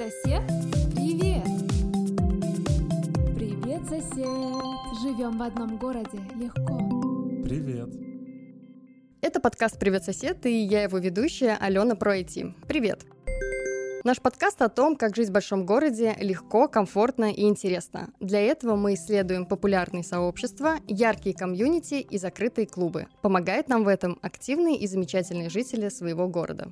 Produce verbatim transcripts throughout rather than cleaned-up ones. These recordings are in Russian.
Сосед, привет! Привет, сосед! Живем в одном городе, легко. Привет! Это подкаст «Привет, сосед», и я его ведущая Алена про ай ти. Привет! Наш подкаст о том, как жить в большом городе легко, комфортно и интересно. Для этого мы исследуем популярные сообщества, яркие комьюнити и закрытые клубы. Помогают нам в этом активные и замечательные жители своего города.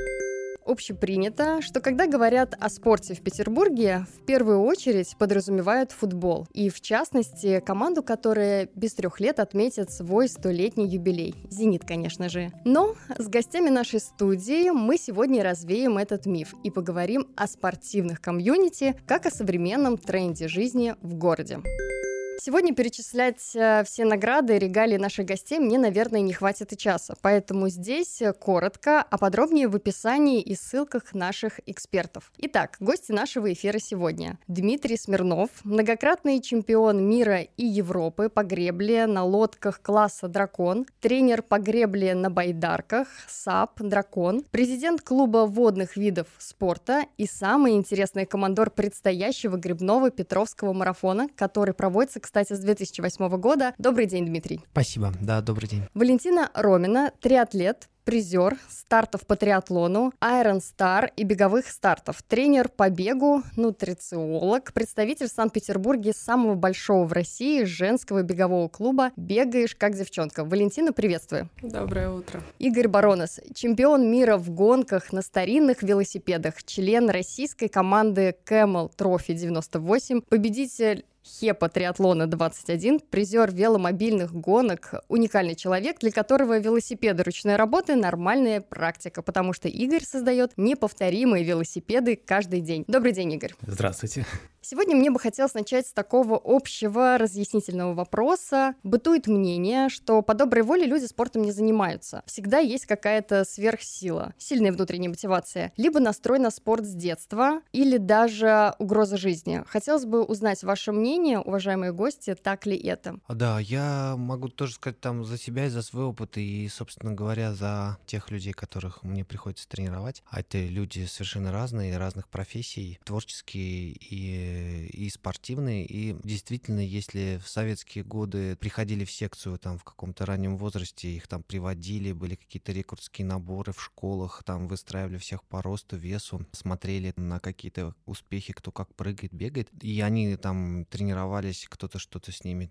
Общепринято, что когда говорят о спорте в Петербурге, в первую очередь подразумевают футбол. И, в частности, команду, которая без трех лет отметит свой столетний юбилей. «Зенит», конечно же. Но с гостями нашей студии мы сегодня развеем этот миф и поговорим о спортивных комьюнити, как о современном тренде жизни в городе. Сегодня перечислять все награды и регалии наших гостей мне, наверное, не хватит и часа, поэтому здесь коротко, а подробнее в описании и ссылках наших экспертов. Итак, гости нашего эфира сегодня. Дмитрий Смирнов, многократный чемпион мира и Европы по гребле на лодках класса «Дракон», тренер по гребле на байдарках САП «Дракон», президент клуба водных видов спорта и самый интересный командор предстоящего гребного Петровского марафона, который проводится, кстати, с две тысячи восьмого года. Добрый день, Дмитрий. Спасибо, да, добрый день. Валентина Ромина, триатлет, призер стартов по триатлону, Iron Star и беговых стартов, тренер по бегу, нутрициолог, представитель в Санкт-Петербурге самого большого в России женского бегового клуба «Бегаешь как девчонка». Валентина, приветствую. Доброе утро. Игорь Баронес, чемпион мира в гонках на старинных велосипедах, член российской команды Camel Trophy девяносто восемь, победитель Хепа триатлона двадцать один, призер веломобильных гонок, уникальный человек, для которого велосипеды ручной работы — нормальная практика, потому что Игорь создает неповторимые велосипеды каждый день. Добрый день, Игорь. Здравствуйте. Сегодня мне бы хотелось начать с такого общего разъяснительного вопроса. Бытует мнение, что по доброй воле люди спортом не занимаются. Всегда есть какая-то сверхсила, сильная внутренняя мотивация, либо настрой на спорт с детства, или даже угроза жизни. Хотелось бы узнать ваше мнение, уважаемые гости, так ли это? Да, я могу тоже сказать там за себя и за свой опыт, и, собственно говоря, за тех людей, которых мне приходится тренировать. А это люди совершенно разные, разных профессий, творческие и и спортивные, и действительно, если в советские годы приходили в секцию там в каком-то раннем возрасте, их там приводили, были какие-то рекрутские наборы в школах, там выстраивали всех по росту, весу, смотрели на какие-то успехи, кто как прыгает, бегает, и они там тренировались, кто-то что-то с ними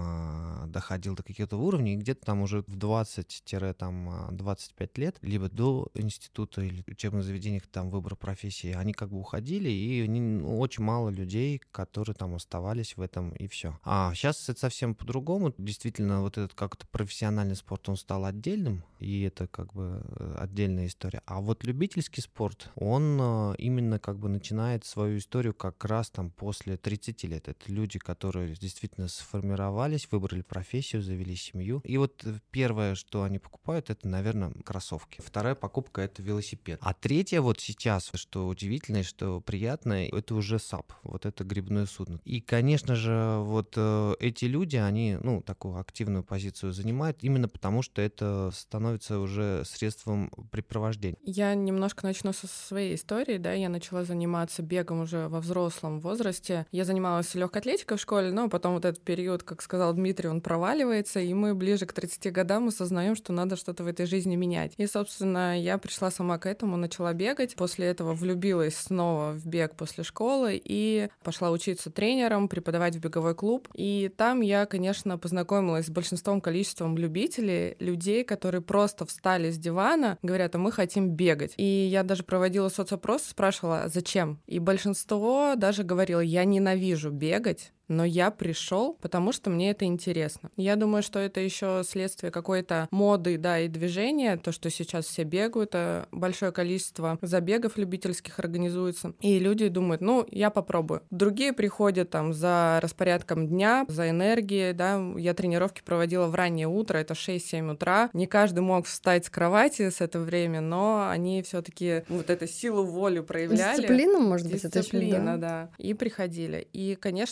там доходил до каких-то уровней, и где-то там уже в двадцать-двадцать пять лет, либо до института или учебных заведений, там выбора профессии, они как бы уходили, и ну, очень мало людей, которые там оставались в этом, и все. А сейчас это совсем по-другому. Действительно, вот этот как-то профессиональный спорт, он стал отдельным, и это как бы отдельная история. А вот любительский спорт, он именно как бы начинает свою историю как раз там после тридцати лет. Это люди, которые действительно сформировались, выбрали профессию, завели семью. И вот первое, что они покупают, это, наверное, кроссовки. Вторая покупка — это велосипед. А третье вот сейчас, что удивительно, что приятно, это уже САП. Вот это гребное судно. И, конечно же, вот э, эти люди, они, ну, такую активную позицию занимают, именно потому, что это становится уже средством препровождения. Я немножко начну со своей истории, да, я начала заниматься бегом уже во взрослом возрасте. Я занималась легкой атлетикой в школе, но потом вот этот период, как сказал Дмитрий, он проваливается, и мы ближе к тридцати годам осознаем, что надо что-то в этой жизни менять. И, собственно, я пришла сама к этому, начала бегать. После этого влюбилась снова в бег после школы и пошла учиться тренером, преподавать в беговой клуб. И там я, конечно, познакомилась с большинством количеством любителей, людей, которые просто встали с дивана, говорят, а мы хотим бегать. И я даже проводила соцопрос, спрашивала, зачем? И большинство даже говорило, я ненавижу бегать, но я пришел, потому что мне это интересно. Я думаю, что это еще следствие какой-то моды, да, и движения, то, что сейчас все бегают, а большое количество забегов любительских организуется, и люди думают, ну, я попробую. Другие приходят там за распорядком дня, за энергией, да, я тренировки проводила в раннее утро, это шесть-семь утра, не каждый мог встать с кровати с это время, но они все-таки вот эту силу воли проявляли. Дисциплину, может быть, Дисциплина, это еще, да? да, и приходили. И, конечно, это очень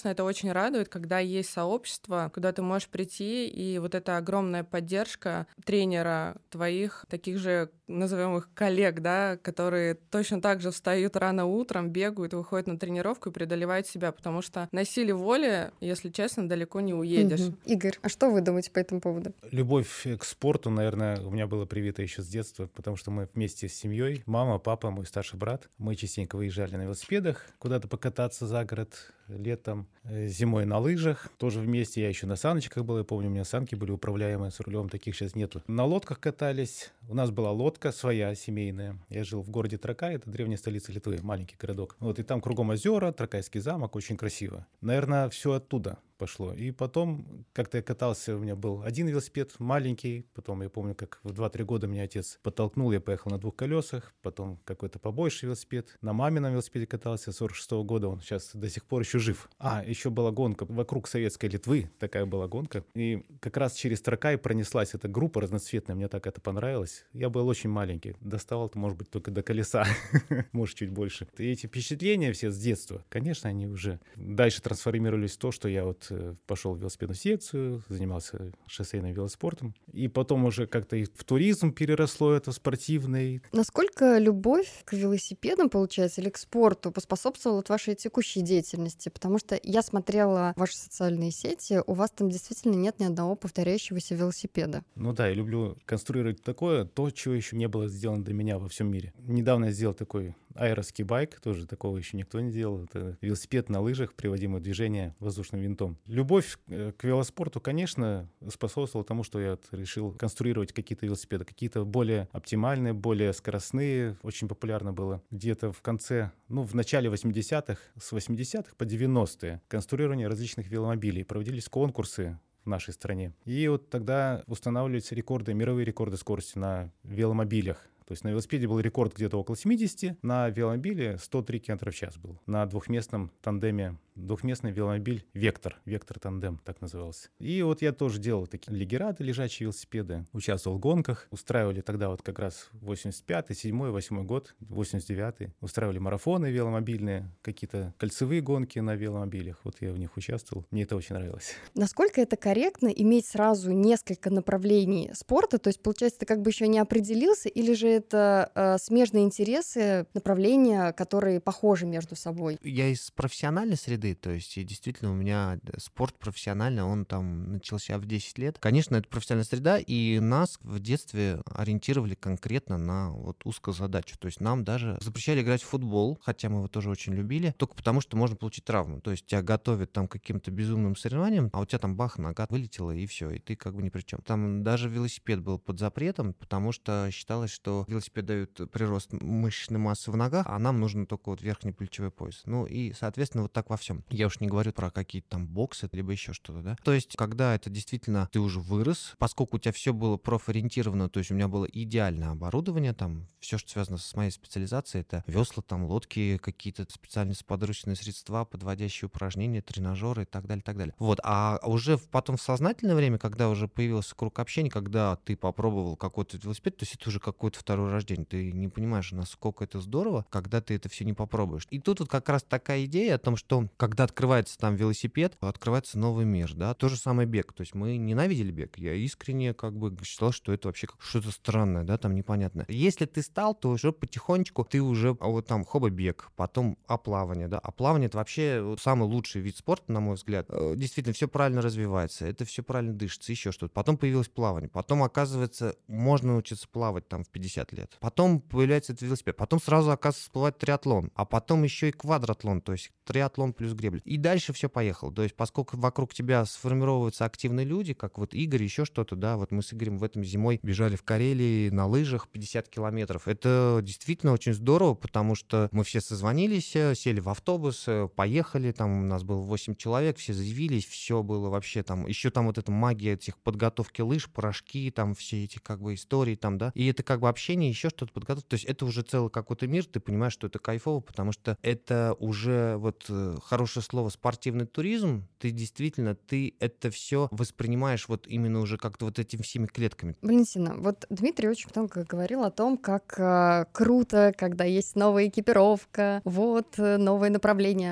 очень радует, когда есть сообщество, куда ты можешь прийти, и вот эта огромная поддержка тренера, твоих таких же, назовем их, коллег, да, которые точно так же встают рано утром, бегают, выходят на тренировку и преодолевают себя, потому что на силе воли, если честно, далеко не уедешь. Угу. Игорь, а что вы думаете по этому поводу? Любовь к спорту, наверное, у меня была привита еще с детства, потому что мы вместе с семьей, мама, папа, мой старший брат, мы частенько выезжали на велосипедах куда-то покататься за город летом, зимой на лыжах, тоже вместе. Я еще на саночках был, я помню, у меня санки были управляемые с рулем, таких сейчас нету. На лодках катались, у нас была лодка своя, семейная. Я жил в городе Тракай, это древняя столица Литвы, маленький городок. Вот, и там кругом озера, Тракайский замок, очень красиво. Наверное, все оттуда пошло. И потом как-то я катался, у меня был один велосипед, маленький, потом я помню, как в два-три года меня отец подтолкнул, я поехал на двух колесах, потом какой-то побольше велосипед. На мамином велосипеде катался сорок шестого года, он сейчас до сих пор еще жив. А, еще была гонка вокруг советской Литвы, такая была гонка. И как раз через Тракай пронеслась эта группа разноцветная, мне так это понравилось. Я был очень маленький, доставал, может быть, только до колеса, может, чуть больше. И эти впечатления все с детства, конечно, они уже дальше трансформировались в то, что я вот пошел в велосипедную секцию, занимался шоссейным велоспортом. И потом уже как-то и в туризм переросло это, в спортивный. Насколько любовь к велосипедам, получается, или к спорту поспособствовала вот вашей текущей деятельности? Потому что я смотрела ваши социальные сети, у вас там действительно нет ни одного повторяющегося велосипеда. Ну да, я люблю конструировать такое, то, чего еще не было сделано до меня во всем мире. Недавно я сделал такой аэроски-байк, тоже такого еще никто не делал. Это велосипед на лыжах, приводимый в движение воздушным винтом. Любовь к велоспорту, конечно, способствовала тому, что я решил конструировать какие-то велосипеды, какие-то более оптимальные, более скоростные. Очень популярно было где-то в конце, ну, в начале восьмидесятых, с восьмидесятых по девяностые конструирование различных веломобилей. Проводились конкурсы в нашей стране. И вот тогда устанавливались рекорды, мировые рекорды скорости на веломобилях. То есть на велосипеде был рекорд где-то около семидесяти, на веломобиле сто три километра в час был. На двухместном тандеме, двухместный веломобиль «Вектор», «Вектор-тандем» так назывался. И вот я тоже делал такие легераты, лежачие велосипеды, участвовал в гонках. Устраивали тогда вот как раз восемьдесят пятый, седьмой, восьмой год, восемьдесят девятый. Устраивали марафоны веломобильные, какие-то кольцевые гонки на веломобилях. Вот я в них участвовал. Мне это очень нравилось. Насколько это корректно иметь сразу несколько направлений спорта? То есть, получается, ты как бы еще не определился, или же это э, смежные интересы, направления, которые похожи между собой? Я из профессиональной среды, то есть и действительно у меня спорт профессиональный, он там начался в десять лет. Конечно, это профессиональная среда, и нас в детстве ориентировали конкретно на вот узкую задачу. То есть нам даже запрещали играть в футбол, хотя мы его тоже очень любили, только потому что можно получить травму. То есть тебя готовят там к каким-то безумным соревнованиям, а у тебя там бах, нога вылетела, и все, и ты как бы ни при чем. Там даже велосипед был под запретом, потому что считалось, что велосипед дает прирост мышечной массы в ногах, а нам нужен только вот верхний плечевой пояс. Ну и, соответственно, вот так во всем. Я уж не говорю про какие-то там боксы, либо еще что-то, да. То есть, когда это действительно ты уже вырос, поскольку у тебя все было профориентировано, то есть у меня было идеальное оборудование, там все, что связано с моей специализацией, это весла, там лодки, какие-то специальные подручные средства, подводящие упражнения, тренажеры и так далее, так далее. Вот. А уже в, потом в сознательное время, когда уже появился круг общения, когда ты попробовал какой-то велосипед, то есть это уже какое-то второе рождение. Ты не понимаешь, насколько это здорово, когда ты это все не попробуешь. И тут вот как раз такая идея о том, что когда открывается там велосипед, открывается новый мир, да, то же самое бег. То есть мы ненавидели бег. Я искренне как бы считал, что это вообще как что-то странное, да, там непонятное. Если ты стал, то уже потихонечку ты уже вот там хоба-бег, потом а плавание, да. А плавание — это вообще вот самый лучший вид спорта, на мой взгляд. Действительно, все правильно развивается, это все правильно дышится, еще что-то. Потом появилось плавание. Потом, оказывается, можно научиться плавать там в пятьдесят лет. Потом появляется этот велосипед. Потом сразу, оказывается, всплывает триатлон. А потом еще и квадратлон, то есть триатлон плюс гребля. И дальше все поехало. То есть поскольку вокруг тебя сформировываются активные люди, как вот Игорь, еще что-то, да, вот мы с Игорем в этом зимой бежали в Карелии на лыжах пятьдесят километров. Это действительно очень здорово, потому что мы все созвонились, сели в автобус, поехали, там у нас было восемь человек, все заявились, все было вообще там, еще там вот эта магия этих подготовки лыж, порошки, там все эти как бы истории там, да, и это как бы общение, еще что-то подготовка. То есть это уже целый какой-то мир, ты понимаешь, что это кайфово, потому что это уже вот хорошее слово спортивный туризм, ты действительно, ты это все воспринимаешь вот именно уже как-то вот этими всеми клетками. Валентина, вот Дмитрий очень много говорил о том, как э, круто, когда есть новая экипировка, вот, новое направление.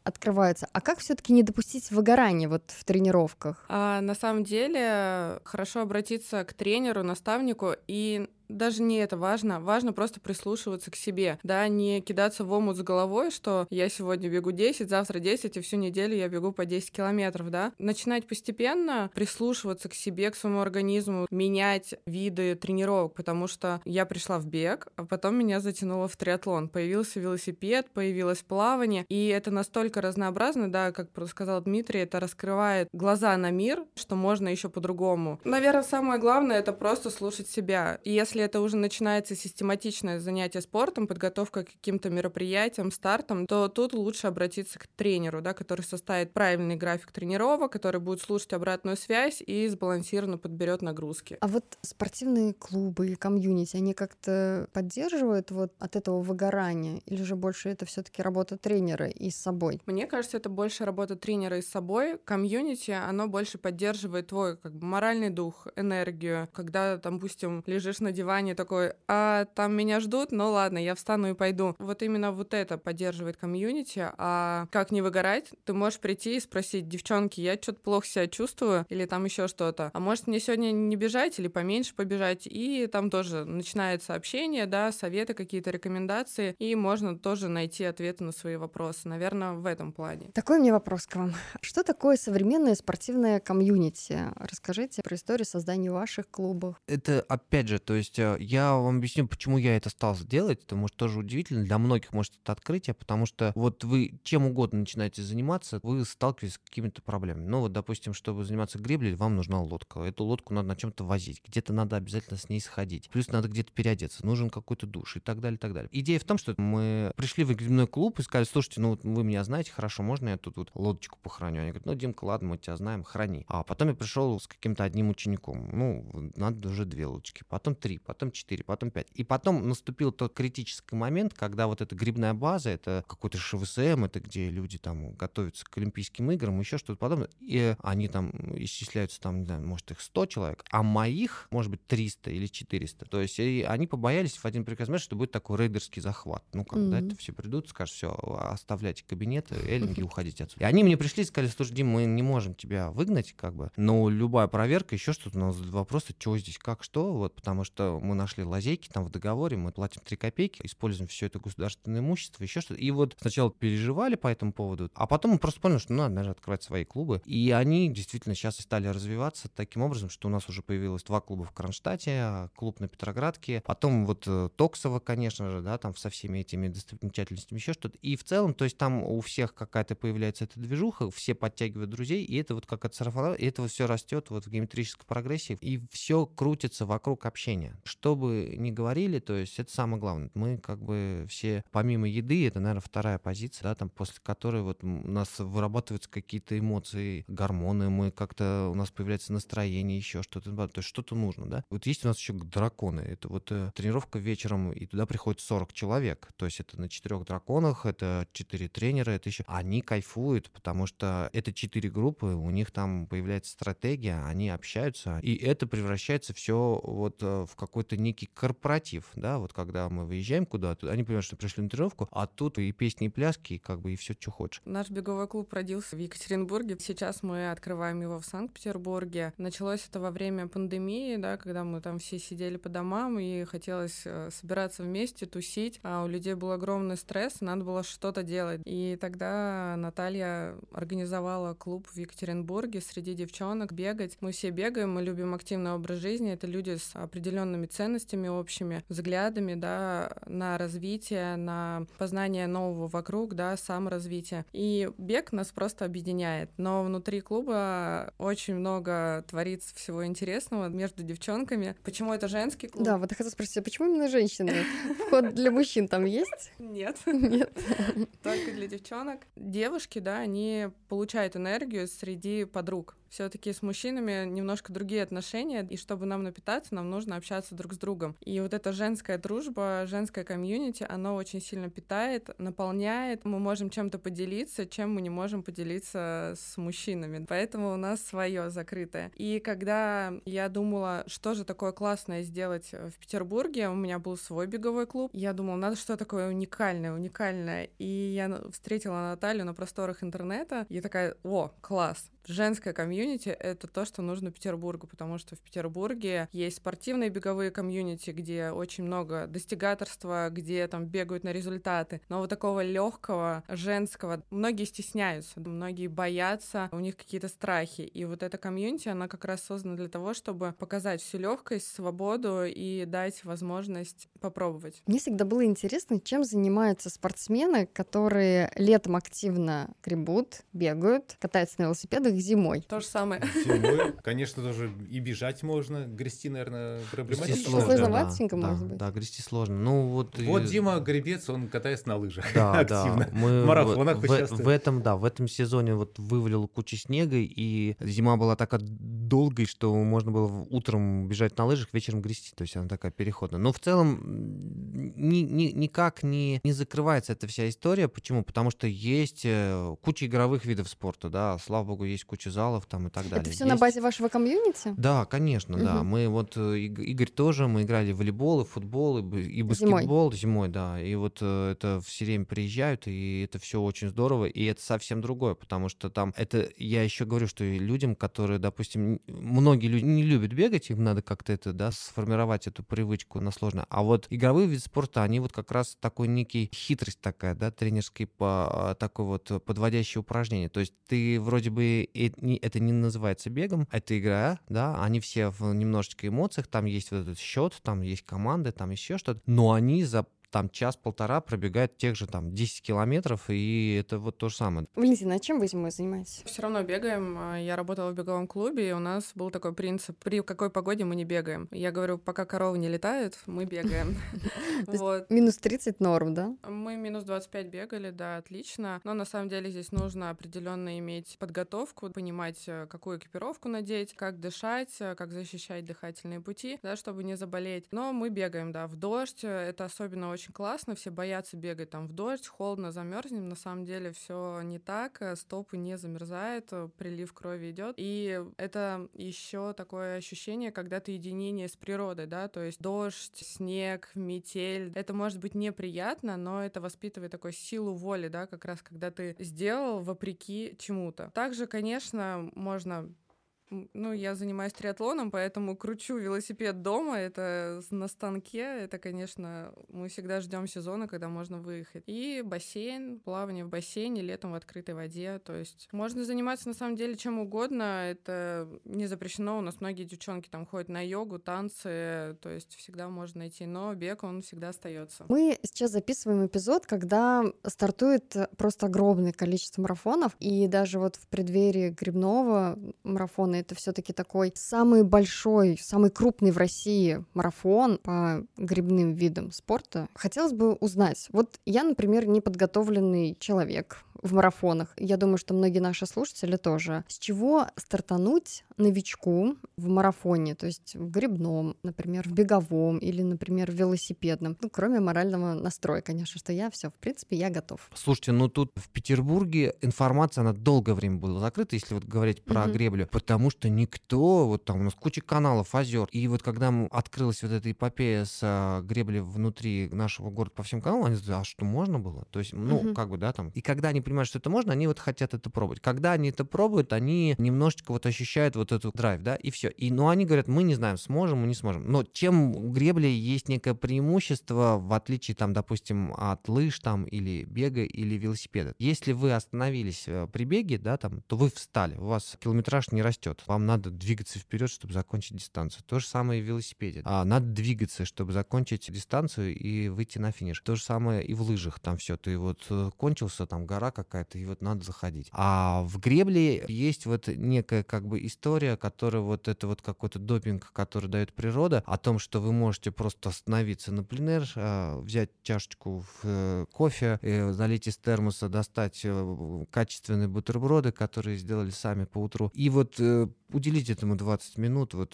открываются. А как все-таки не допустить выгорания вот в тренировках? А на самом деле хорошо обратиться к тренеру, наставнику, и даже не это важно, важно просто прислушиваться к себе, да, не кидаться в омут с головой, что я сегодня бегу десять, завтра десять, и всю неделю я бегу по десять километров, да. Начинать постепенно прислушиваться к себе, к своему организму, менять виды тренировок, потому что я пришла в бег, а потом меня затянуло в триатлон. Появился велосипед, появилось плавание, и это настолько разнообразно, да, как сказал Дмитрий, это раскрывает глаза на мир, что можно еще по-другому. Наверное, самое главное — это просто слушать себя. И если это уже начинается систематичное занятие спортом, подготовка к каким-то мероприятиям, стартам, то тут лучше обратиться к тренеру, да, который составит правильный график тренировок, который будет слушать обратную связь и сбалансированно подберет нагрузки. А вот спортивные клубы и комьюнити, они как-то поддерживают вот от этого выгорания? Или же больше это все-таки работа тренера и с собой? Мне кажется, это больше работа тренера и с собой. Комьюнити, оно больше поддерживает твой как бы моральный дух, энергию. Когда, там, допустим, лежишь на диване такой, а там меня ждут, ну ладно, я встану и пойду. Вот именно вот это поддерживает комьюнити. А как не выгорать? Ты можешь прийти и спросить: девчонки, я что-то плохо себя чувствую, или там еще что-то. А может мне сегодня не бежать или поменьше побежать? И там тоже начинается общение, да, советы, какие-то рекомендации, и можно тоже найти ответы на свои вопросы. Наверное, в этом плане. Такой у меня вопрос к вам. Что такое современное спортивное комьюнити? Расскажите про историю создания ваших клубов. Это, опять же, то есть я вам объясню, почему я это стал делать. Это, может, тоже удивительно. Для многих, может, это открытие, потому что вот вы чем угодно начинаете заниматься, вы сталкиваетесь с какими-то проблемами. Ну вот, допустим, чтобы заниматься греблей, вам нужна лодка. Эту лодку надо на чем-то возить. Где-то надо обязательно с ней сходить. Плюс надо где-то переодеться. Нужен какой-то душ и так далее, и так далее. Идея в том, что мы пришли в гребной клуб и сказали: слушайте, ну вот вы меня знаете, хорошо, можно я тут вот лодочку похороню? Они говорят: ну, Димка, ладно, мы тебя знаем, храни. А потом я пришел с каким-то одним учеником. Ну, надо уже две лодочки. Потом три, потом четыре, потом пять. И потом наступил тот критический момент, когда вот эта грибная база, это какой-то ШВСМ, это где люди там готовятся к Олимпийским играм, еще что-то подобное, и они там исчисляются, там, не знаю, может, их сто человек, а моих, может быть, триста или четыреста. То есть и они побоялись в один прекрасный момент, что будет такой рейдерский захват. Ну, когда mm-hmm. это все придут, скажут: все, оставляйте кабинеты, эллинги, уходите отсюда. И они мне пришли и сказали: слушай, Дим, мы не можем тебя выгнать, как бы, но любая проверка, еще что-то, у нас вопросы, что здесь, как, что, вот, потому что мы нашли лазейки там в договоре, мы платим три копейки, используем все это государственное имущество, еще что-то. И вот сначала переживали по этому поводу, а потом мы просто поняли, что ну, надо даже открывать свои клубы. И они действительно сейчас стали развиваться таким образом, что у нас уже появилось два клуба в Кронштадте, клуб на Петроградке, потом вот Токсово, конечно же, да, там со всеми этими достопримечательностями, еще что-то. И в целом, то есть там у всех какая-то появляется эта движуха, все подтягивают друзей, и это вот как от сарафана, и это вот все растет вот в геометрической прогрессии, и все крутится вокруг общения. Что бы ни говорили, то есть это самое главное. Мы как бы все, помимо еды, это, наверное, вторая позиция, да, там, после которой вот у нас вырабатываются какие-то эмоции, гормоны, мы как-то, у нас появляется настроение, еще что-то, то есть что-то нужно, да. Вот есть у нас еще драконы, это вот э, тренировка вечером, и туда приходит сорок человек, то есть это на четырех драконах, это четыре тренера, это еще, они кайфуют, потому что это четыре группы, у них там появляется стратегия, они общаются, и это превращается все вот э, в какой-то некий корпоратив, да, вот когда мы выезжаем куда-то, они понимают, что пришли на тренировку, а тут и песни, и пляски, и как бы и все, что хочешь. Наш беговой клуб родился в Екатеринбурге, сейчас мы открываем его в Санкт-Петербурге. Началось это во время пандемии, да, когда мы там все сидели по домам, и хотелось собираться вместе, тусить, а у людей был огромный стресс, надо было что-то делать. И тогда Наталья организовала клуб в Екатеринбурге среди девчонок бегать. Мы все бегаем, мы любим активный образ жизни, это люди с определенными ценностями общими, взглядами, да, на развитие, на познание нового вокруг, да, саморазвитие. И бег нас просто объединяет. Но внутри клуба очень много творится всего интересного между девчонками. Почему это женский клуб? Да, вот я хотела спросить, а почему именно женщины? Вход для мужчин там есть? Нет. Нет. Только для девчонок. Девушки, да, они получают энергию среди подруг. все-таки с мужчинами немножко другие отношения, и чтобы нам напитаться, нам нужно общаться друг с другом. И вот эта женская дружба, женская комьюнити, оно очень сильно питает, наполняет. Мы можем чем-то поделиться, чем мы не можем поделиться с мужчинами. Поэтому у нас свое закрытое. И когда я думала, что же такое классное сделать в Петербурге, у меня был свой беговой клуб, я думала, надо что такое уникальное, уникальное. И я встретила Наталью на просторах интернета, и такая: о, класс! Женское комьюнити — это то, что нужно Петербургу, потому что в Петербурге есть спортивные беговые комьюнити, где очень много достигаторства, где там бегают на результаты. Но вот такого легкого женского многие стесняются, многие боятся, у них какие-то страхи. И вот эта комьюнити, она как раз создана для того, чтобы показать всю легкость, свободу и дать возможность попробовать. Мне всегда было интересно, чем занимаются спортсмены, которые летом активно гребут, бегают, катаются на велосипедах зимой. То же самое. Зимой, конечно, тоже и бежать можно. Грести, наверное, проблематично. Грести сложно, Сложноватенько, да, может да, быть. Да, грести сложно. Ну, вот, Вот и... Дима Гребец, он катается на лыжах Да, активно. да. Мы в марафонах в, участвует. в этом, да, в этом сезоне вот вывалил кучу снега, и зима была такая долгой, что можно было утром бежать на лыжах, вечером грести. То есть она такая переходная. Но в целом ни, ни, никак не, не закрывается эта вся история. Почему? Потому что есть куча игровых видов спорта, да, слава богу, есть куча залов там и так далее. Это все есть... на базе вашего комьюнити? Да, конечно, Мгм. да. Мы вот, э, Иг- Игорь тоже, мы играли в волейбол, и в футбол, и, б- и баскетбол зимой, да. И вот э, это все время приезжают, и это все очень здорово, и это совсем другое, потому что там это, я еще говорю, что и людям, которые, допустим, н- многие люди не любят бегать, им надо как-то это, да, сформировать эту привычку на сложно. А вот игровые виды спорта, они вот как раз такой некий хитрость такая, да, тренерский по такой вот подводящее упражнение. То есть ты вроде бы и не- это не называется бегом, это игра, да, они все в немножечко эмоциях, там есть вот этот счет, там есть команды, там еще что-то, но они за там час-полтора пробегают тех же там десять километров, и это вот то же самое. Валентина, а чем вы зимой занимаетесь? Все равно бегаем. Я работала в беговом клубе, и у нас был такой принцип: при какой погоде мы не бегаем. Я говорю, пока коровы не летают, мы бегаем. То есть Вот. минус тридцать норм, да? Мы минус двадцать пять бегали, да, отлично. Но на самом деле здесь нужно определенно иметь подготовку, понимать, э, какую экипировку надеть, как дышать, э, как защищать дыхательные пути, да, чтобы не заболеть. Но мы бегаем, да, в дождь. э, Это особенно очень классно. Все боятся бегать там в дождь, холодно, замерзнем. На самом деле все не так. э, Стопы не замерзают, э, прилив крови идет. И это еще такое ощущение, когда ты единение с природой, да, то есть дождь, снег, метель. Это может быть неприятно, но это воспитывает такую силу воли, да, как раз когда ты сделал вопреки чему-то. Также, конечно, можно... м, Ну, я занимаюсь триатлоном, поэтому кручу велосипед дома. Это с- на станке. Это, конечно, мы всегда ждем сезона, когда можно выехать. И бассейн, плавание в бассейне, летом в открытой воде. То есть можно заниматься на самом деле чем угодно. Это не запрещено. У нас многие девчонки там ходят на йогу, танцы. То есть всегда можно найти. Но бег, он всегда остается. Мы сейчас записываем эпизод, когда стартует просто огромное количество марафонов, и даже вот в преддверии гребного марафона это все-таки такой самый большой, самый крупный в России марафон по гребным видам спорта. Хотелось бы узнать, вот я, например, неподготовленный человек в марафонах. Я думаю, что многие наши слушатели тоже. С чего стартануть новичку в марафоне, то есть в гребном, например, в беговом или, например, в велосипедном? Ну, кроме морального настроя, конечно, что я все, в принципе, я готов. Слушайте, ну тут в Петербурге информация, она долгое время была закрыта, если вот говорить про Мгм. греблю, потому что никто, вот там у нас куча каналов, озер, и вот когда м- открылась вот эта эпопея с а, греблей внутри нашего города по всем каналам, они сказали, а что можно было? То есть, ну, Мгм. как бы, да, там. И когда они понимают, что это можно, они вот хотят это пробовать. Когда они это пробуют, они немножечко вот ощущают вот эту драйв, да, и все. И, ну, они говорят, мы не знаем, сможем, мы не сможем. Но чем у гребли есть некое преимущество, в отличие, там, допустим, от лыж, там, или бега, или велосипеда. Если вы остановились э, при беге, да, там, то вы встали, у вас километраж не растет. Вам надо двигаться вперед, чтобы закончить дистанцию. То же самое и в велосипеде. А, надо двигаться, чтобы закончить дистанцию и выйти на финиш. То же самое и в лыжах. Там все, ты вот э, кончился, там гора какая-то, и вот надо заходить. А в гребле есть вот некая как бы история, история, которая вот это вот какой-то допинг, который дает природа, о том, что вы можете просто остановиться на пленэр, взять чашечку кофе, залить из термоса, достать качественные бутерброды, которые сделали сами по утру, и вот уделить этому двадцать минут вот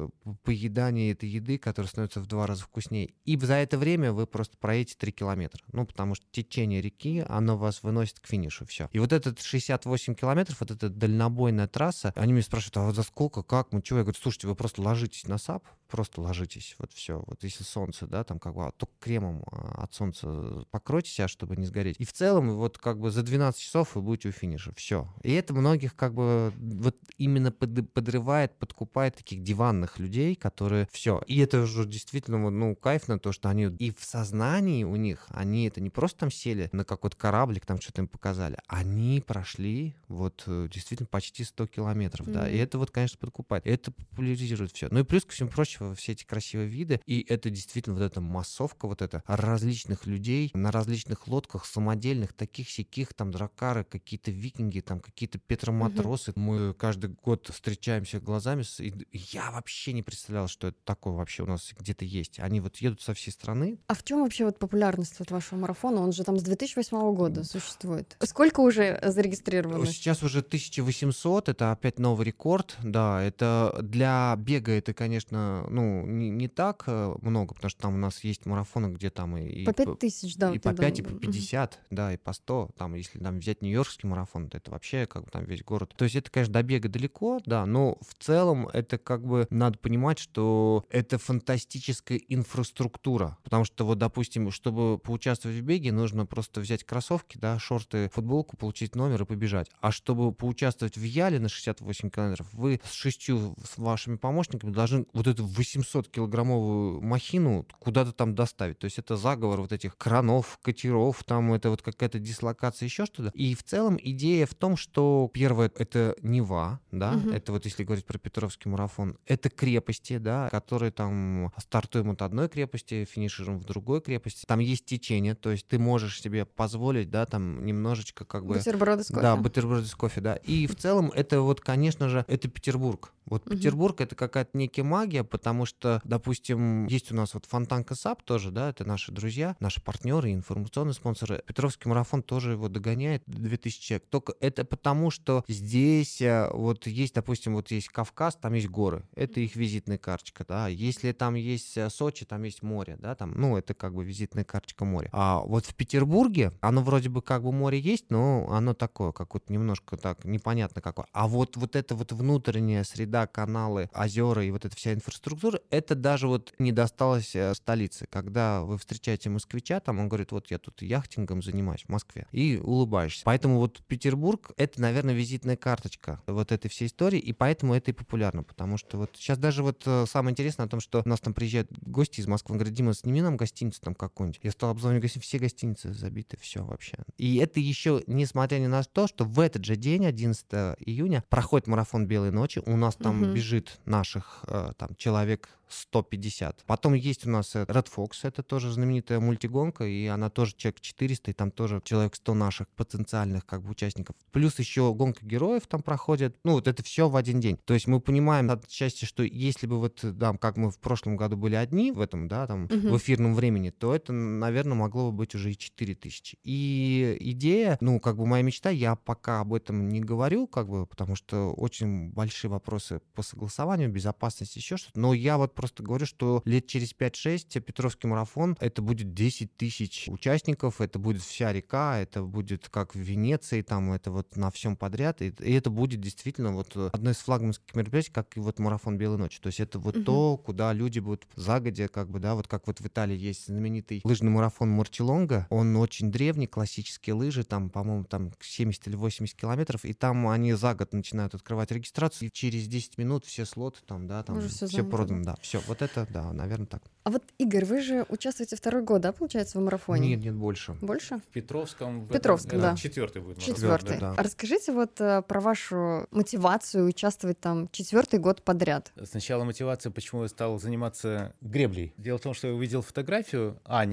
поедания этой еды, которая становится в два раза вкуснее. И за это время вы просто проедете три километра. Ну, потому что течение реки, оно вас выносит к финишу, все. И вот этот шестьдесят восемь километров, вот эта дальнобойная трасса, они меня спрашивают, а вот за сколько, как, мы чего? Я говорю, слушайте, вы просто ложитесь на САП, просто ложитесь, вот все. Вот если солнце, да, там как бы только кремом от солнца покройте себя, чтобы не сгореть. И в целом вот как бы за двенадцать часов вы будете у финиша, все. И это многих как бы вот именно под, подрывает, подкупает таких диванных людей, которые все. И это уже действительно, ну, кайфно, то, что они и в сознании у них, они это не просто там сели на какой-то кораблик, там что-то им показали, они прошли вот действительно почти сто километров, mm-hmm. да, и это вот, конечно, подкупает, это популяризирует все. Ну и плюс ко всему прочему, все эти красивые виды, и это действительно вот эта массовка, вот это различных людей на различных лодках, самодельных, таких-сяких, там, дракары, какие-то викинги, там, какие-то петроматросы. Mm-hmm. Мы каждый год встречаемся глазами, и я вообще не представлял, что это такое вообще у нас где-то есть. Они вот едут со всей страны. А в чем вообще вот популярность вот вашего марафона? Он же там с две тысячи восьмого года существует. Сколько уже зарегистрировано? Сейчас уже тысяча восемьсот, это опять новый рекорд. Да, это для бега это, конечно, ну, не, не так много, потому что там у нас есть марафоны, где там и... По пять тысяч, да. И вот по пять, думаю. и по пятьдесят, угу. да, и по сто. Там, если там взять нью-йоркский марафон, то это вообще как бы там весь город. То есть это, конечно, до бега далеко, да, но в целом это как бы надо понимать, что это фантастическая инфраструктура. Потому что вот, допустим, чтобы поучаствовать в беге, нужно просто взять кроссовки, да, шорты, футболку, получить номер и побежать. А чтобы поучаствовать в Яле на шестьдесят восемь километров, вы с шестью с вашими помощниками должны вот эту восьмисоткилограммовую махину куда-то там доставить. То есть это заговор вот этих кранов, катеров, там это вот какая-то дислокация, еще что-то. И в целом идея в том, что первое — это Нева, да, угу. это вот если говорить про Петровский марафон, это крепости, да, которые там стартуем от одной крепости, финишируем в другой крепости. Там есть течение, то есть ты можешь себе позволить, да, там немножечко как бы... Бутерброды с кофе. Да, бутерброды с кофе, да. И в целом это вот, конечно же, это Петербург. Вот угу. Петербург — это какая-то некая магия, потому что, допустим, есть у нас вот Фонтанка САП тоже, да, это наши друзья, наши партнеры, информационные спонсоры. Петровский марафон тоже его догоняет, две тысячи человек. Только это потому, что здесь вот есть, допустим, вот есть Кавказ, там есть горы, это их визитная карточка, да. Если там есть Сочи, там есть море, да, там, ну, это как бы визитная карточка моря. А вот в Петербурге, оно вроде бы как бы море есть, но оно такое, какое-то немножко так непонятно какое. А вот, вот эта вот внутренняя среда, каналы, озера и вот эта вся инфраструктура, это даже вот не досталось столице. Когда вы встречаете москвича, там он говорит, вот я тут яхтингом занимаюсь в Москве, и улыбаешься. Поэтому вот Петербург — это, наверное, визитная карточка вот этой всей истории, и поэтому это и популярно, потому что вот сейчас даже вот самое интересное о том, что у нас там приезжают гости из Москвы, он говорит, Дима, сними нам гостиницу там какую-нибудь. Я стал обзвонить гостиницы, все гостиницы забиты, все вообще. И это еще несмотря ни на то, что в этот же день, одиннадцатого июня, проходит марафон «Белой ночи», у нас там угу. бежит наших там человек сто пятьдесят. Потом есть у нас Red Fox, это тоже знаменитая мультигонка, и она тоже человек четыреста, и там тоже человек сто наших потенциальных как бы участников. Плюс еще гонка героев там проходит. Ну, вот это все в один день. То есть мы понимаем отчасти, что если бы вот, да, как мы в прошлом году были одни в этом, да, там, uh-huh. в эфирном времени, то это, наверное, могло бы быть уже и четыре тысячи. И идея, ну, как бы моя мечта, я пока об этом не говорю, как бы, потому что очень большие вопросы по согласованию, безопасности, еще что-то. Но я вот просто говорю, что лет через пять-шесть Петровский марафон, это будет десять тысяч участников, это будет вся река, это будет как в Венеции, там это вот на всем подряд, и, и это будет действительно вот одно из флагманских мероприятий, как и вот марафон «Белой ночи». То есть это вот угу. то, куда люди будут загодя, как бы, да, вот как вот в Италии есть знаменитый лыжный марафон Мортилонго, он очень древний, классические лыжи, там, по-моему, там семьдесят или восемьдесят километров, и там они за год начинают открывать регистрацию, и через десять минут все слоты там, да, там все, все продано, да, все. Вот это, да, наверное, так. А вот, Игорь, вы же участвуете второй год, да, получается, в марафоне? Нет, нет, больше. Больше? В Петровском. В Петровском, этом, да. Четвертый будет. Четвертый. Да. А расскажите вот про вашу мотивацию участвовать там четвертый год подряд. Сначала мотивация, почему я стал заниматься греблей. Дело в том, что я увидел фотографию Ани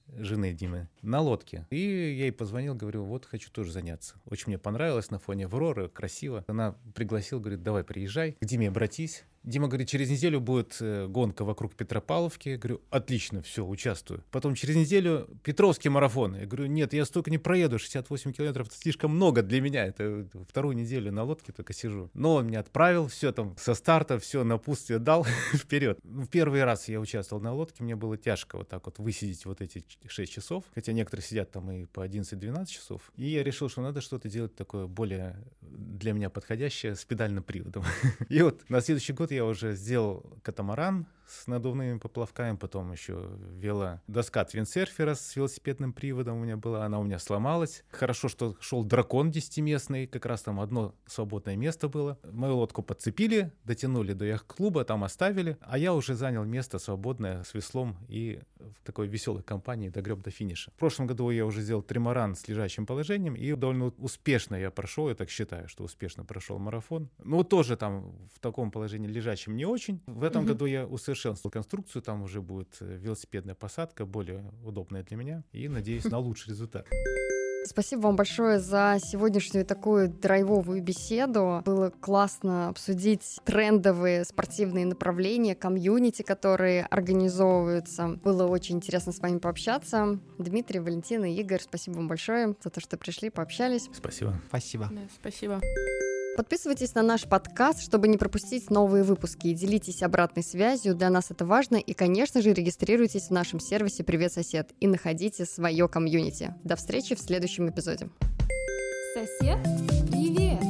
жены Димы, на лодке. И я ей позвонил, говорю, вот хочу тоже заняться. Очень мне понравилось на фоне Авроры, красиво. Она пригласила, говорит, давай приезжай, к Диме обратись. Дима говорит, через неделю будет гонка вокруг Петропавловки. Я говорю, отлично, все, участвую. Потом через неделю Петровский марафон. Я говорю, нет, я столько не проеду, шестьдесят восемь километров, это слишком много для меня. Это вторую неделю на лодке только сижу. Но он меня отправил, все там со старта, все напутствие дал вперед. В первый раз я участвовал на лодке, мне было тяжко вот так вот высидеть вот эти шесть часов. Хотя некоторые сидят там и по одиннадцать-двенадцать часов. И я решил, что надо что-то делать такое более для меня подходящее с педальным приводом. И вот на следующий год я уже сделал катамаран с надувными поплавками, потом еще вела доска твинсерфера с велосипедным приводом у меня была, она у меня сломалась. Хорошо, что шел дракон десятиместный, как раз там одно свободное место было. Мою лодку подцепили, дотянули до яхт-клуба, там оставили, а я уже занял место свободное с веслом и в такой веселой компании догреб до финиша. В прошлом году я уже сделал тримаран с лежачим положением, и довольно успешно я прошел, я так считаю, что успешно прошел марафон. Ну, тоже там в таком положении лежачем не очень. В этом mm-hmm. году я усовершенствовал конструкцию, там уже будет велосипедная посадка, более удобная для меня, и надеюсь на лучший результат. Спасибо вам большое за сегодняшнюю такую драйвовую беседу. Было классно обсудить трендовые спортивные направления, комьюнити, которые организовываются. Было очень интересно с вами пообщаться. Дмитрий, Валентина, Игорь, спасибо вам большое за то, что пришли, пообщались. Спасибо. Спасибо. Да, спасибо. Подписывайтесь на наш подкаст, чтобы не пропустить новые выпуски, и делитесь обратной связью, для нас это важно, и, конечно же, регистрируйтесь в нашем сервисе «Привет, сосед» и находите свое комьюнити. До встречи в следующем эпизоде. Сосед, привет!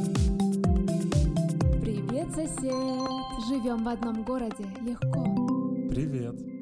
Привет, сосед! Живем в одном городе, легко. Привет!